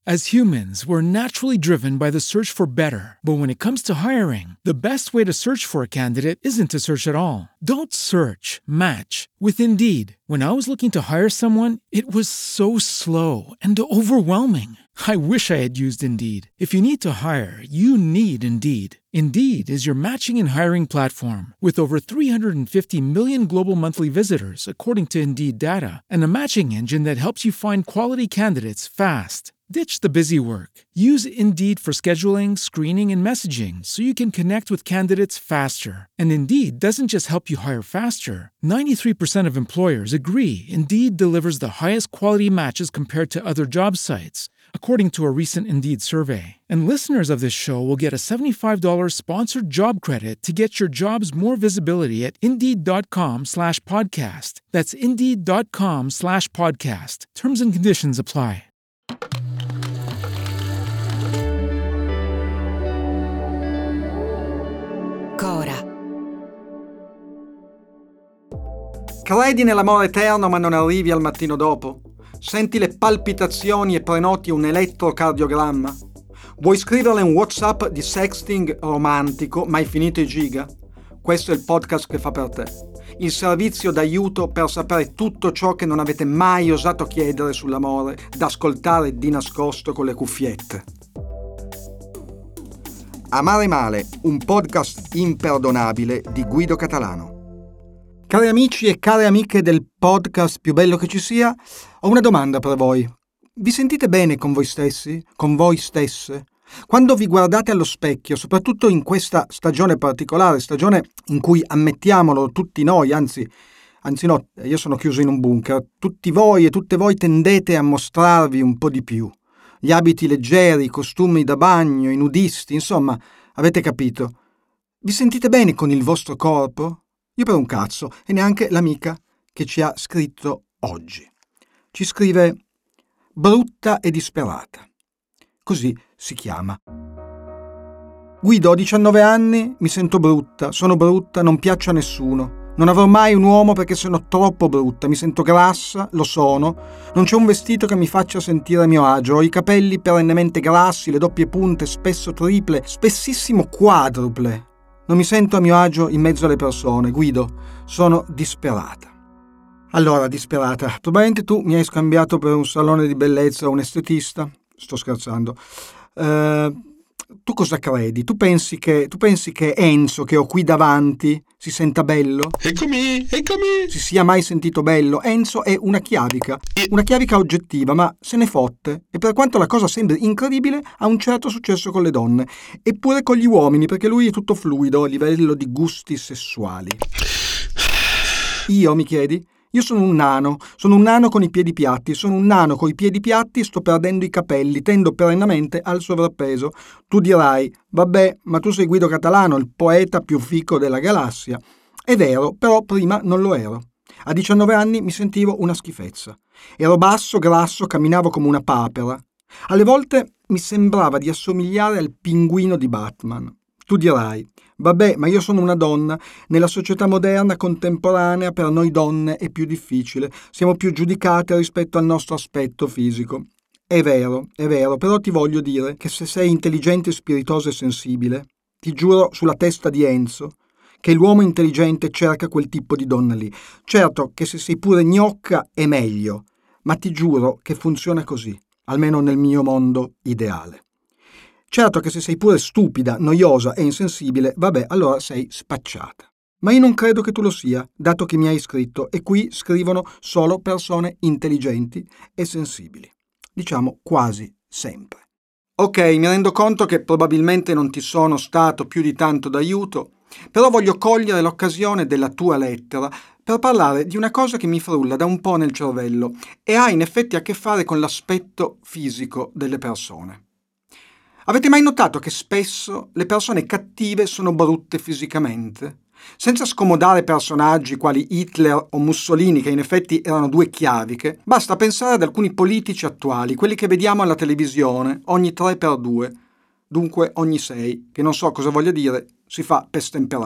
As humans, we're naturally driven by the search for better. But when it comes to hiring, the best way to search for a candidate isn't to search at all. Don't search, match with Indeed. When I was looking to hire someone, it was so slow and overwhelming. I wish I had used Indeed. If you need to hire, you need Indeed. Indeed is your matching and hiring platform with over 350 million global monthly visitors, according to Indeed data, and a matching engine that helps you find quality candidates fast. Ditch the busy work. Use Indeed for scheduling, screening, and messaging so you can connect with candidates faster. And Indeed doesn't just help you hire faster. 93% of employers agree Indeed delivers the highest quality matches compared to other job sites, according to a recent Indeed survey. And listeners of this show will get a $75 sponsored job credit to get your jobs more visibility at Indeed.com/podcast. That's Indeed.com/podcast. Terms and conditions apply. Cora. Credi nell'amore eterno ma non arrivi al mattino dopo? Senti le palpitazioni e prenoti un elettrocardiogramma? Vuoi scriverle un WhatsApp di sexting romantico ma hai finito i giga? Questo è il podcast che fa per te. Il servizio d'aiuto per sapere tutto ciò che non avete mai osato chiedere sull'amore, da ascoltare di nascosto con le cuffiette. Amare male, un podcast imperdonabile di Guido Catalano. Cari amici e care amiche del podcast più bello che ci sia, ho una domanda per voi. Vi sentite bene con voi stessi? Con voi stesse? Quando vi guardate allo specchio, soprattutto in questa stagione particolare, stagione in cui, ammettiamolo, tutti noi, anzi no, io sono chiuso in un bunker, tutti voi e tutte voi tendete a mostrarvi un po' di più. Gli abiti leggeri, i costumi da bagno, i nudisti, insomma, avete capito. Vi sentite bene con il vostro corpo? Io per un cazzo, e neanche l'amica che ci ha scritto oggi. Ci scrive: brutta e disperata. Così si chiama. Guido, ho 19 anni, mi sento brutta, sono brutta, non piaccio a nessuno. Non avrò mai un uomo perché sono troppo brutta, mi sento grassa, lo sono, non c'è un vestito che mi faccia sentire a mio agio, ho i capelli perennemente grassi, le doppie punte, spesso triple, spessissimo quadruple. Non mi sento a mio agio in mezzo alle persone. Guido, sono disperata. Allora, disperata, probabilmente tu mi hai scambiato per un salone di bellezza o un estetista? Sto scherzando. Tu cosa credi? Tu pensi che Enzo, che ho qui davanti, si senta bello? Eccomi! Si sia mai sentito bello? Enzo è una chiavica oggettiva, ma se ne fotte. E per quanto la cosa sembri incredibile, ha un certo successo con le donne. Eppure con gli uomini, perché lui è tutto fluido a livello di gusti sessuali. Io, mi chiedi? Io sono un nano con i piedi piatti, sono un nano con i piedi piatti, sto perdendo i capelli, tendo perennemente al sovrappeso. Tu dirai, vabbè, ma tu sei Guido Catalano, il poeta più fico della galassia. È vero, però prima non lo ero. A 19 anni mi sentivo una schifezza. Ero basso, grasso, camminavo come una papera. Alle volte mi sembrava di assomigliare al pinguino di Batman. Tu dirai, vabbè, ma io sono una donna. Nella società moderna contemporanea per noi donne è più difficile. Siamo più giudicate rispetto al nostro aspetto fisico. È vero, però ti voglio dire che se sei intelligente, spiritosa e sensibile, ti giuro sulla testa di Enzo, che l'uomo intelligente cerca quel tipo di donna lì. Certo che se sei pure gnocca è meglio, ma ti giuro che funziona così, almeno nel mio mondo ideale. Certo che se sei pure stupida, noiosa e insensibile, vabbè, allora sei spacciata. Ma io non credo che tu lo sia, dato che mi hai scritto, e qui scrivono solo persone intelligenti e sensibili. Diciamo quasi sempre. Ok, mi rendo conto che probabilmente non ti sono stato più di tanto d'aiuto, però voglio cogliere l'occasione della tua lettera per parlare di una cosa che mi frulla da un po' nel cervello e ha in effetti a che fare con l'aspetto fisico delle persone. Avete mai notato che spesso le persone cattive sono brutte fisicamente? Senza scomodare personaggi quali Hitler o Mussolini, che in effetti erano due chiaviche, basta pensare ad alcuni politici attuali, quelli che vediamo alla televisione ogni 3x2, dunque ogni 6, che non so cosa voglia dire, si fa per stemperare.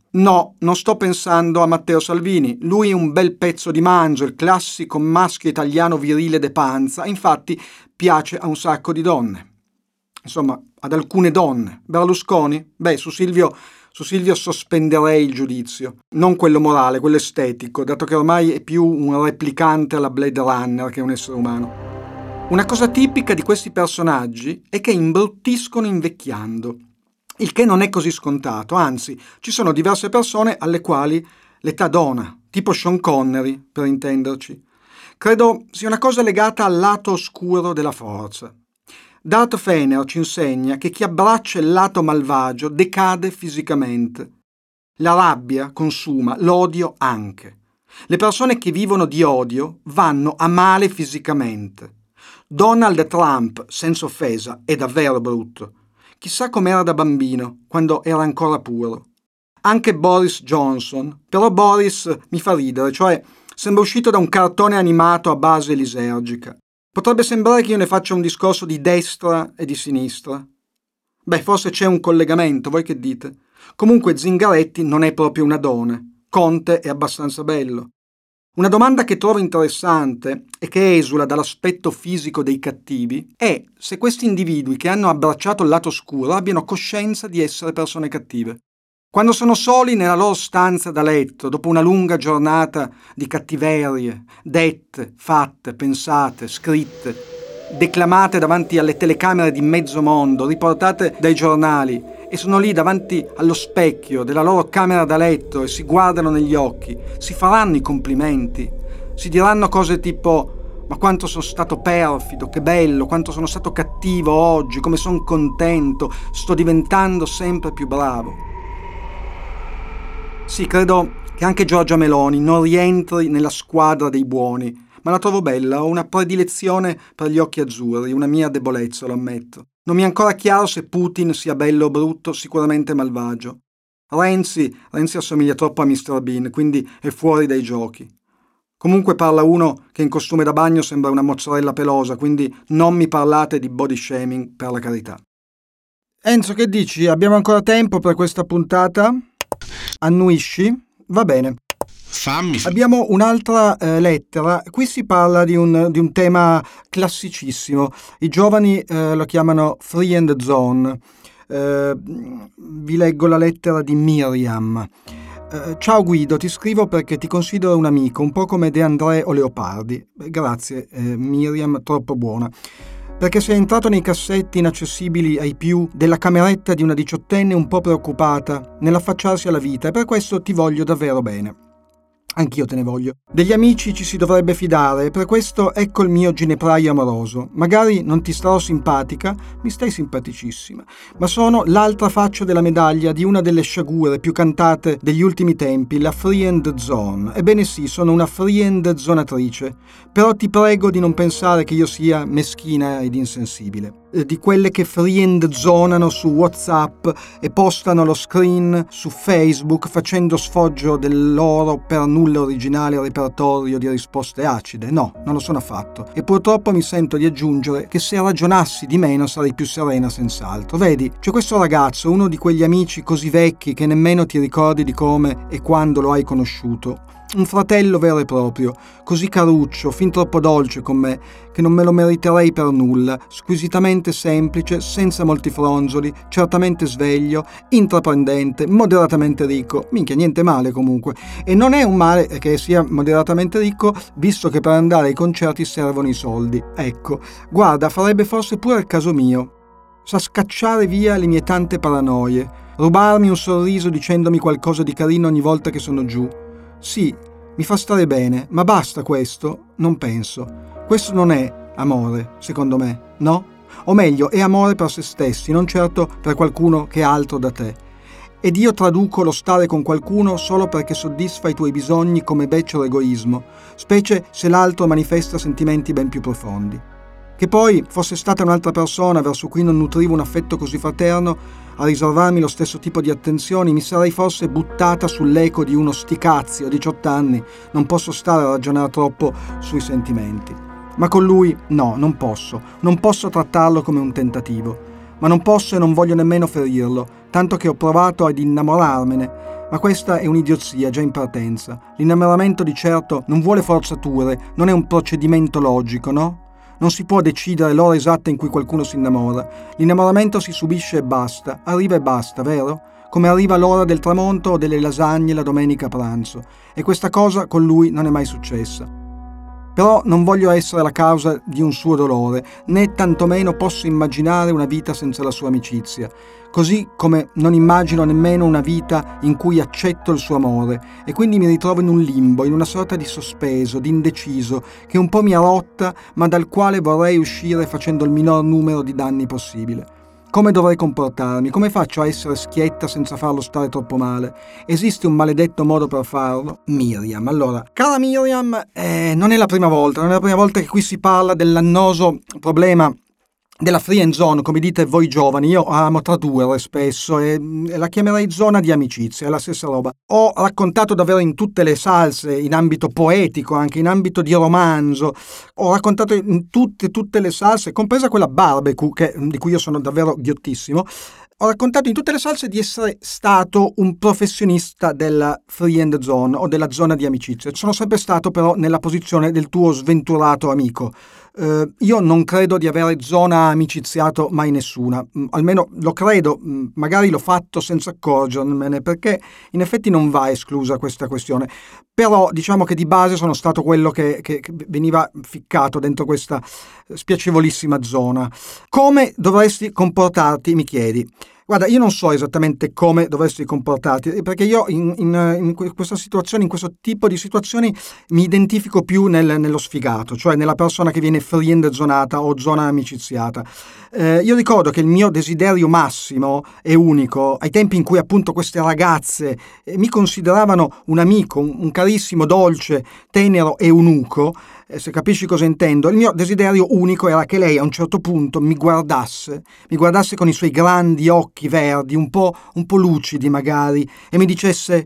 No, non sto pensando a Matteo Salvini. Lui è un bel pezzo di mangio, il classico maschio italiano virile de panza. Infatti piace a un sacco di donne. Insomma, ad alcune donne. Berlusconi? Beh, su Silvio sospenderei il giudizio. Non quello morale, quello estetico, dato che ormai è più un replicante alla Blade Runner che un essere umano. Una cosa tipica di questi personaggi è che imbruttiscono invecchiando, il che non è così scontato, anzi, ci sono diverse persone alle quali l'età dona, tipo Sean Connery, per intenderci. Credo sia una cosa legata al lato oscuro della forza. Darth Vader ci insegna che chi abbraccia il lato malvagio decade fisicamente. La rabbia consuma, l'odio anche. Le persone che vivono di odio vanno a male fisicamente. Donald Trump, senza offesa, è davvero brutto. Chissà com'era da bambino, quando era ancora puro. Anche Boris Johnson, però Boris mi fa ridere, cioè sembra uscito da un cartone animato a base lisergica. Potrebbe sembrare che io ne faccia un discorso di destra e di sinistra. Beh, forse c'è un collegamento, voi che dite? Comunque Zingaretti non è proprio un adone. Conte è abbastanza bello. Una domanda che trovo interessante e che esula dall'aspetto fisico dei cattivi è se questi individui che hanno abbracciato il lato oscuro abbiano coscienza di essere persone cattive. Quando sono soli nella loro stanza da letto, dopo una lunga giornata di cattiverie, dette, fatte, pensate, scritte, declamate davanti alle telecamere di mezzo mondo, riportate dai giornali, e sono lì davanti allo specchio della loro camera da letto e si guardano negli occhi, si faranno i complimenti, si diranno cose tipo «Ma quanto sono stato perfido, che bello, quanto sono stato cattivo oggi, come sono contento, sto diventando sempre più bravo». Sì, credo che anche Giorgia Meloni non rientri nella squadra dei buoni, ma la trovo bella, ho una predilezione per gli occhi azzurri, una mia debolezza, lo ammetto. Non mi è ancora chiaro se Putin sia bello o brutto, sicuramente malvagio. Renzi assomiglia troppo a Mr. Bean, quindi è fuori dai giochi. Comunque parla uno che in costume da bagno sembra una mozzarella pelosa, quindi non mi parlate di body shaming, per la carità. Enzo, che dici? Abbiamo ancora tempo per questa puntata? Annuisci? Va bene. Abbiamo un'altra lettera. Qui si parla di un tema classicissimo. I giovani lo chiamano free and zone. Vi leggo la lettera di Miriam. Ciao Guido, ti scrivo perché ti considero un amico, un po' come De André o Leopardi. Grazie Miriam, troppo buona. Perché sei entrato nei cassetti inaccessibili ai più della cameretta di una diciottenne un po' preoccupata nell'affacciarsi alla vita, e per questo ti voglio davvero bene. Anch'io te ne voglio. Degli amici ci si dovrebbe fidare e per questo ecco il mio ginepraio amoroso. Magari non ti starò simpatica, mi stai simpaticissima, ma sono l'altra faccia della medaglia di una delle sciagure più cantate degli ultimi tempi, la free and zone. Ebbene sì, sono una free and zonatrice, però ti prego di non pensare che io sia meschina ed insensibile. Di quelle che free and zonano su WhatsApp e postano lo screen su Facebook facendo sfoggio del loro per nulla originale repertorio di risposte acide. No, non lo sono affatto. E purtroppo mi sento di aggiungere che se ragionassi di meno sarei più serena senz'altro. Vedi, c'è questo ragazzo, uno di quegli amici così vecchi che nemmeno ti ricordi di come e quando lo hai conosciuto. Un fratello vero e proprio, così caruccio, fin troppo dolce con me, che non me lo meriterei per nulla, squisitamente semplice, senza molti fronzoli, certamente sveglio, intraprendente, moderatamente ricco, minchia niente male comunque, e non è un male che sia moderatamente ricco, visto che per andare ai concerti servono i soldi. Ecco, guarda, farebbe forse pure il caso mio. Sa scacciare via le mie tante paranoie, rubarmi un sorriso dicendomi qualcosa di carino ogni volta che sono giù. Sì, mi fa stare bene, ma basta questo? Non penso. Questo non è amore, secondo me, no? O meglio, è amore per se stessi, non certo per qualcuno che è altro da te. Ed io traduco lo stare con qualcuno solo perché soddisfa i tuoi bisogni come becero egoismo, specie se l'altro manifesta sentimenti ben più profondi. Che poi fosse stata un'altra persona verso cui non nutrivo un affetto così fraterno a riservarmi lo stesso tipo di attenzioni, mi sarei forse buttata sull'eco di uno sti cazzi, ho 18 anni, non posso stare a ragionare troppo sui sentimenti. Ma con lui no, non posso trattarlo come un tentativo, ma non posso e non voglio nemmeno ferirlo, tanto che ho provato ad innamorarmene, Ma questa è un'idiozia già in partenza. L'innamoramento di certo non vuole forzature, non è un procedimento logico, no? Non si può decidere l'ora esatta in cui qualcuno si innamora. L'innamoramento si subisce e basta, arriva e basta, vero? Come arriva l'ora del tramonto o delle lasagne la domenica a pranzo. E questa cosa con lui non è mai successa. Però non voglio essere la causa di un suo dolore, né tantomeno posso immaginare una vita senza la sua amicizia, così come non immagino nemmeno una vita in cui accetto il suo amore, e quindi mi ritrovo in un limbo, in una sorta di sospeso, di indeciso, che un po' mi arrotta, ma dal quale vorrei uscire facendo il minor numero di danni possibile. Come dovrei comportarmi? Come faccio a essere schietta senza farlo stare troppo male? Esiste un maledetto modo per farlo? Miriam. Allora, cara Miriam, non è la prima volta che qui si parla dell'annoso problema della free and zone, come dite voi giovani. Io amo tradurre spesso e la chiamerei zona di amicizia, è la stessa roba. Ho raccontato davvero in tutte le salse, in ambito poetico, anche in ambito di romanzo, ho raccontato in tutte le salse, compresa quella barbecue, di cui io sono davvero ghiottissimo. Ho raccontato in tutte le salse di essere stato un professionista della free and zone o della zona di amicizia. Sono sempre stato però nella posizione del tuo sventurato amico. Io non credo di avere zona amiciziato mai nessuna, almeno lo credo, magari l'ho fatto senza accorgermene, perché in effetti non va esclusa questa questione. Però diciamo che di base sono stato quello che veniva ficcato dentro questa spiacevolissima zona. Come dovresti comportarti, mi chiedi? Guarda, io non so esattamente come dovresti comportarti, perché io in questa situazione, in questo tipo di situazioni, mi identifico più nello sfigato, cioè nella persona che viene free and zonata o zona amiciziata. Io ricordo che il mio desiderio massimo e unico, ai tempi in cui appunto queste ragazze mi consideravano un amico, un carissimo, dolce, tenero e eunuco, se capisci cosa intendo, il mio desiderio unico era che lei a un certo punto mi guardasse con i suoi grandi occhi verdi, un po' lucidi magari, e mi dicesse: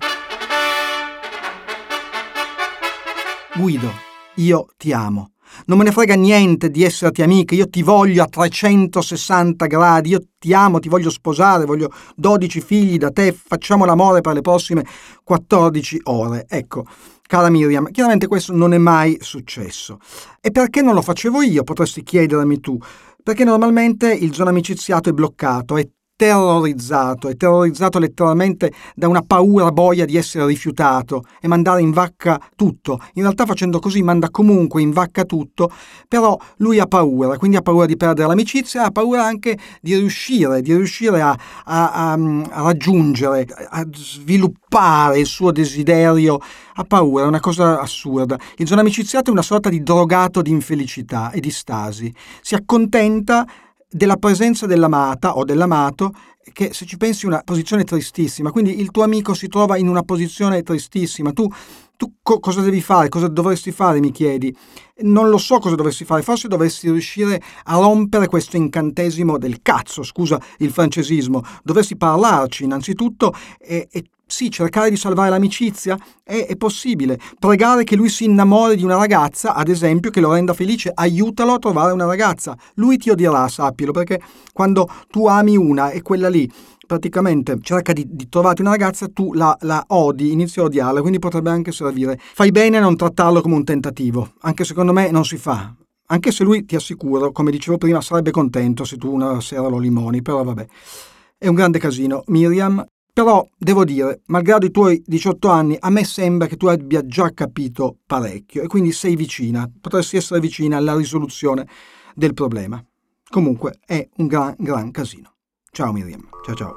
Guido, io ti amo. Non me ne frega niente di esserti amica, io ti voglio a 360 gradi, io ti amo, ti voglio sposare, voglio 12 figli da te, facciamo l'amore per le prossime 14 ore. Ecco, cara Miriam, chiaramente questo non è mai successo. E perché non lo facevo io, potresti chiedermi tu? Perché normalmente il zona amiciziato è bloccato, è terrorizzato letteralmente da una paura boia di essere rifiutato e mandare in vacca tutto. In realtà facendo così manda comunque in vacca tutto, però lui ha paura, quindi ha paura di perdere l'amicizia, ha paura anche di riuscire a raggiungere, a sviluppare il suo desiderio. Ha paura, è una cosa assurda. Il zona amiciziato è una sorta di drogato di infelicità e di stasi. Si accontenta della presenza dell'amata o dell'amato, che se ci pensi è una posizione tristissima, quindi il tuo amico si trova in una posizione tristissima, tu cosa devi fare, cosa dovresti fare, mi chiedi? Non lo so cosa dovresti fare, forse dovresti riuscire a rompere questo incantesimo del cazzo, scusa il francesismo, dovresti parlarci innanzitutto e sì, cercare di salvare l'amicizia è possibile. Pregare che lui si innamori di una ragazza, ad esempio, che lo renda felice, aiutalo a trovare una ragazza. Lui ti odierà, sappilo, perché quando tu ami una e quella lì praticamente cerca di trovarti una ragazza, tu la odi, inizi a odiarla, quindi potrebbe anche servire. Fai bene a non trattarlo come un tentativo, anche secondo me non si fa. Anche se lui, ti assicuro, come dicevo prima, sarebbe contento se tu una sera lo limoni, però vabbè. È un grande casino, Miriam. Però, devo dire, malgrado i tuoi 18 anni, a me sembra che tu abbia già capito parecchio e quindi sei vicina, potresti essere vicina alla risoluzione del problema. Comunque, è un gran casino. Ciao Miriam, ciao.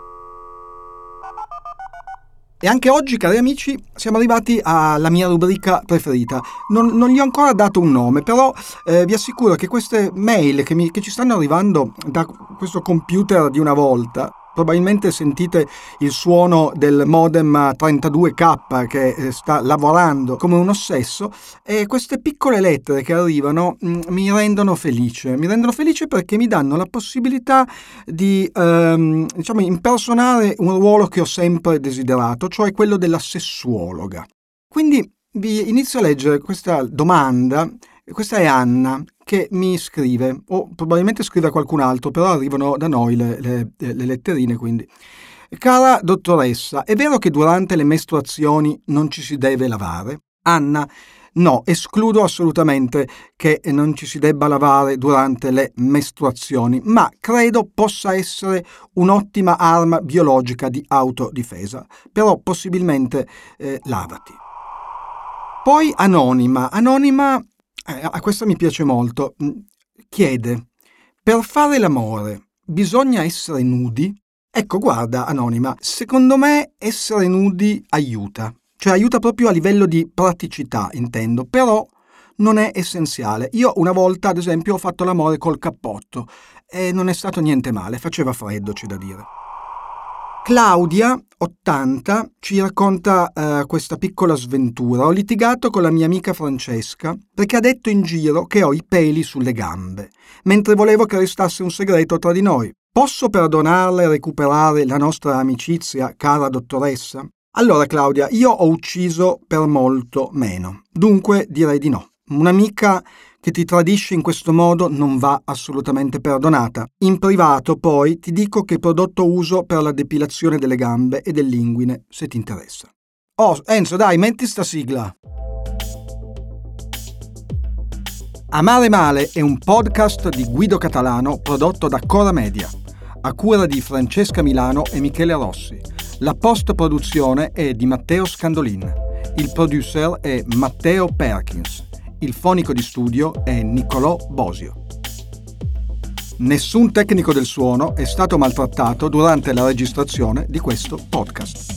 E anche oggi, cari amici, siamo arrivati alla mia rubrica preferita. Non gli ho ancora dato un nome, però vi assicuro che queste mail che ci stanno arrivando da questo computer di una volta, probabilmente sentite il suono del modem 32K che sta lavorando come un ossesso, e queste piccole lettere che arrivano mi rendono felice perché mi danno la possibilità di impersonare un ruolo che ho sempre desiderato, cioè quello della sessuologa. Quindi vi inizio a leggere questa domanda. Questa è Anna, che mi scrive, o probabilmente scrive a qualcun altro, però arrivano da noi le letterine, quindi. Cara dottoressa, è vero che durante le mestruazioni non ci si deve lavare? Anna, no, escludo assolutamente che non ci si debba lavare durante le mestruazioni, ma credo possa essere un'ottima arma biologica di autodifesa. Però possibilmente lavati. Poi Anonima, a questa mi piace molto, chiede: per fare l'amore bisogna essere nudi? Ecco, guarda Anonima, secondo me essere nudi aiuta. Cioè aiuta proprio a livello di praticità, intendo, però non è essenziale. Io una volta, ad esempio, ho fatto l'amore col cappotto e non è stato niente male, faceva freddo, c'è da dire. Claudia, 80, ci racconta questa piccola sventura. Ho litigato con la mia amica Francesca perché ha detto in giro che ho i peli sulle gambe, mentre volevo che restasse un segreto tra di noi. Posso perdonarla e recuperare la nostra amicizia, cara dottoressa? Allora Claudia, io ho ucciso per molto meno, dunque direi di no. Un'amica che ti tradisce in questo modo non va assolutamente perdonata. In privato poi ti dico che prodotto uso per la depilazione delle gambe e dell'inguine, se ti interessa. Oh Enzo, dai, metti sta sigla. Amare Male è un podcast di Guido Catalano prodotto da Cora Media, a cura di Francesca Milano e Michele Rossi. La post-produzione è di Matteo Scandolin. Il producer è Matteo Perkins. Il fonico di studio è Niccolò Bosio. Nessun tecnico del suono è stato maltrattato durante la registrazione di questo podcast.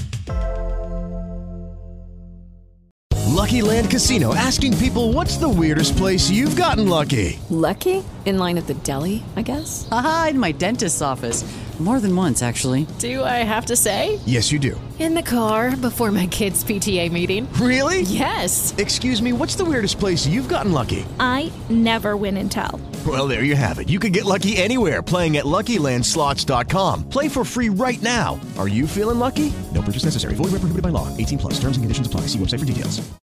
Lucky Land Casino, asking people, what's the weirdest place you've gotten lucky? Lucky? In line at the deli, I guess? Aha, in my dentist's office. More than once, actually. Do I have to say? Yes, you do. In the car before my kids' PTA meeting. Really? Yes. Excuse me, what's the weirdest place you've gotten lucky? I never win and tell. Well, there you have it. You can get lucky anywhere, playing at LuckyLandSlots.com. Play for free right now. Are you feeling lucky? No purchase necessary. Void where prohibited by law. 18+. Terms and conditions apply. See website for details.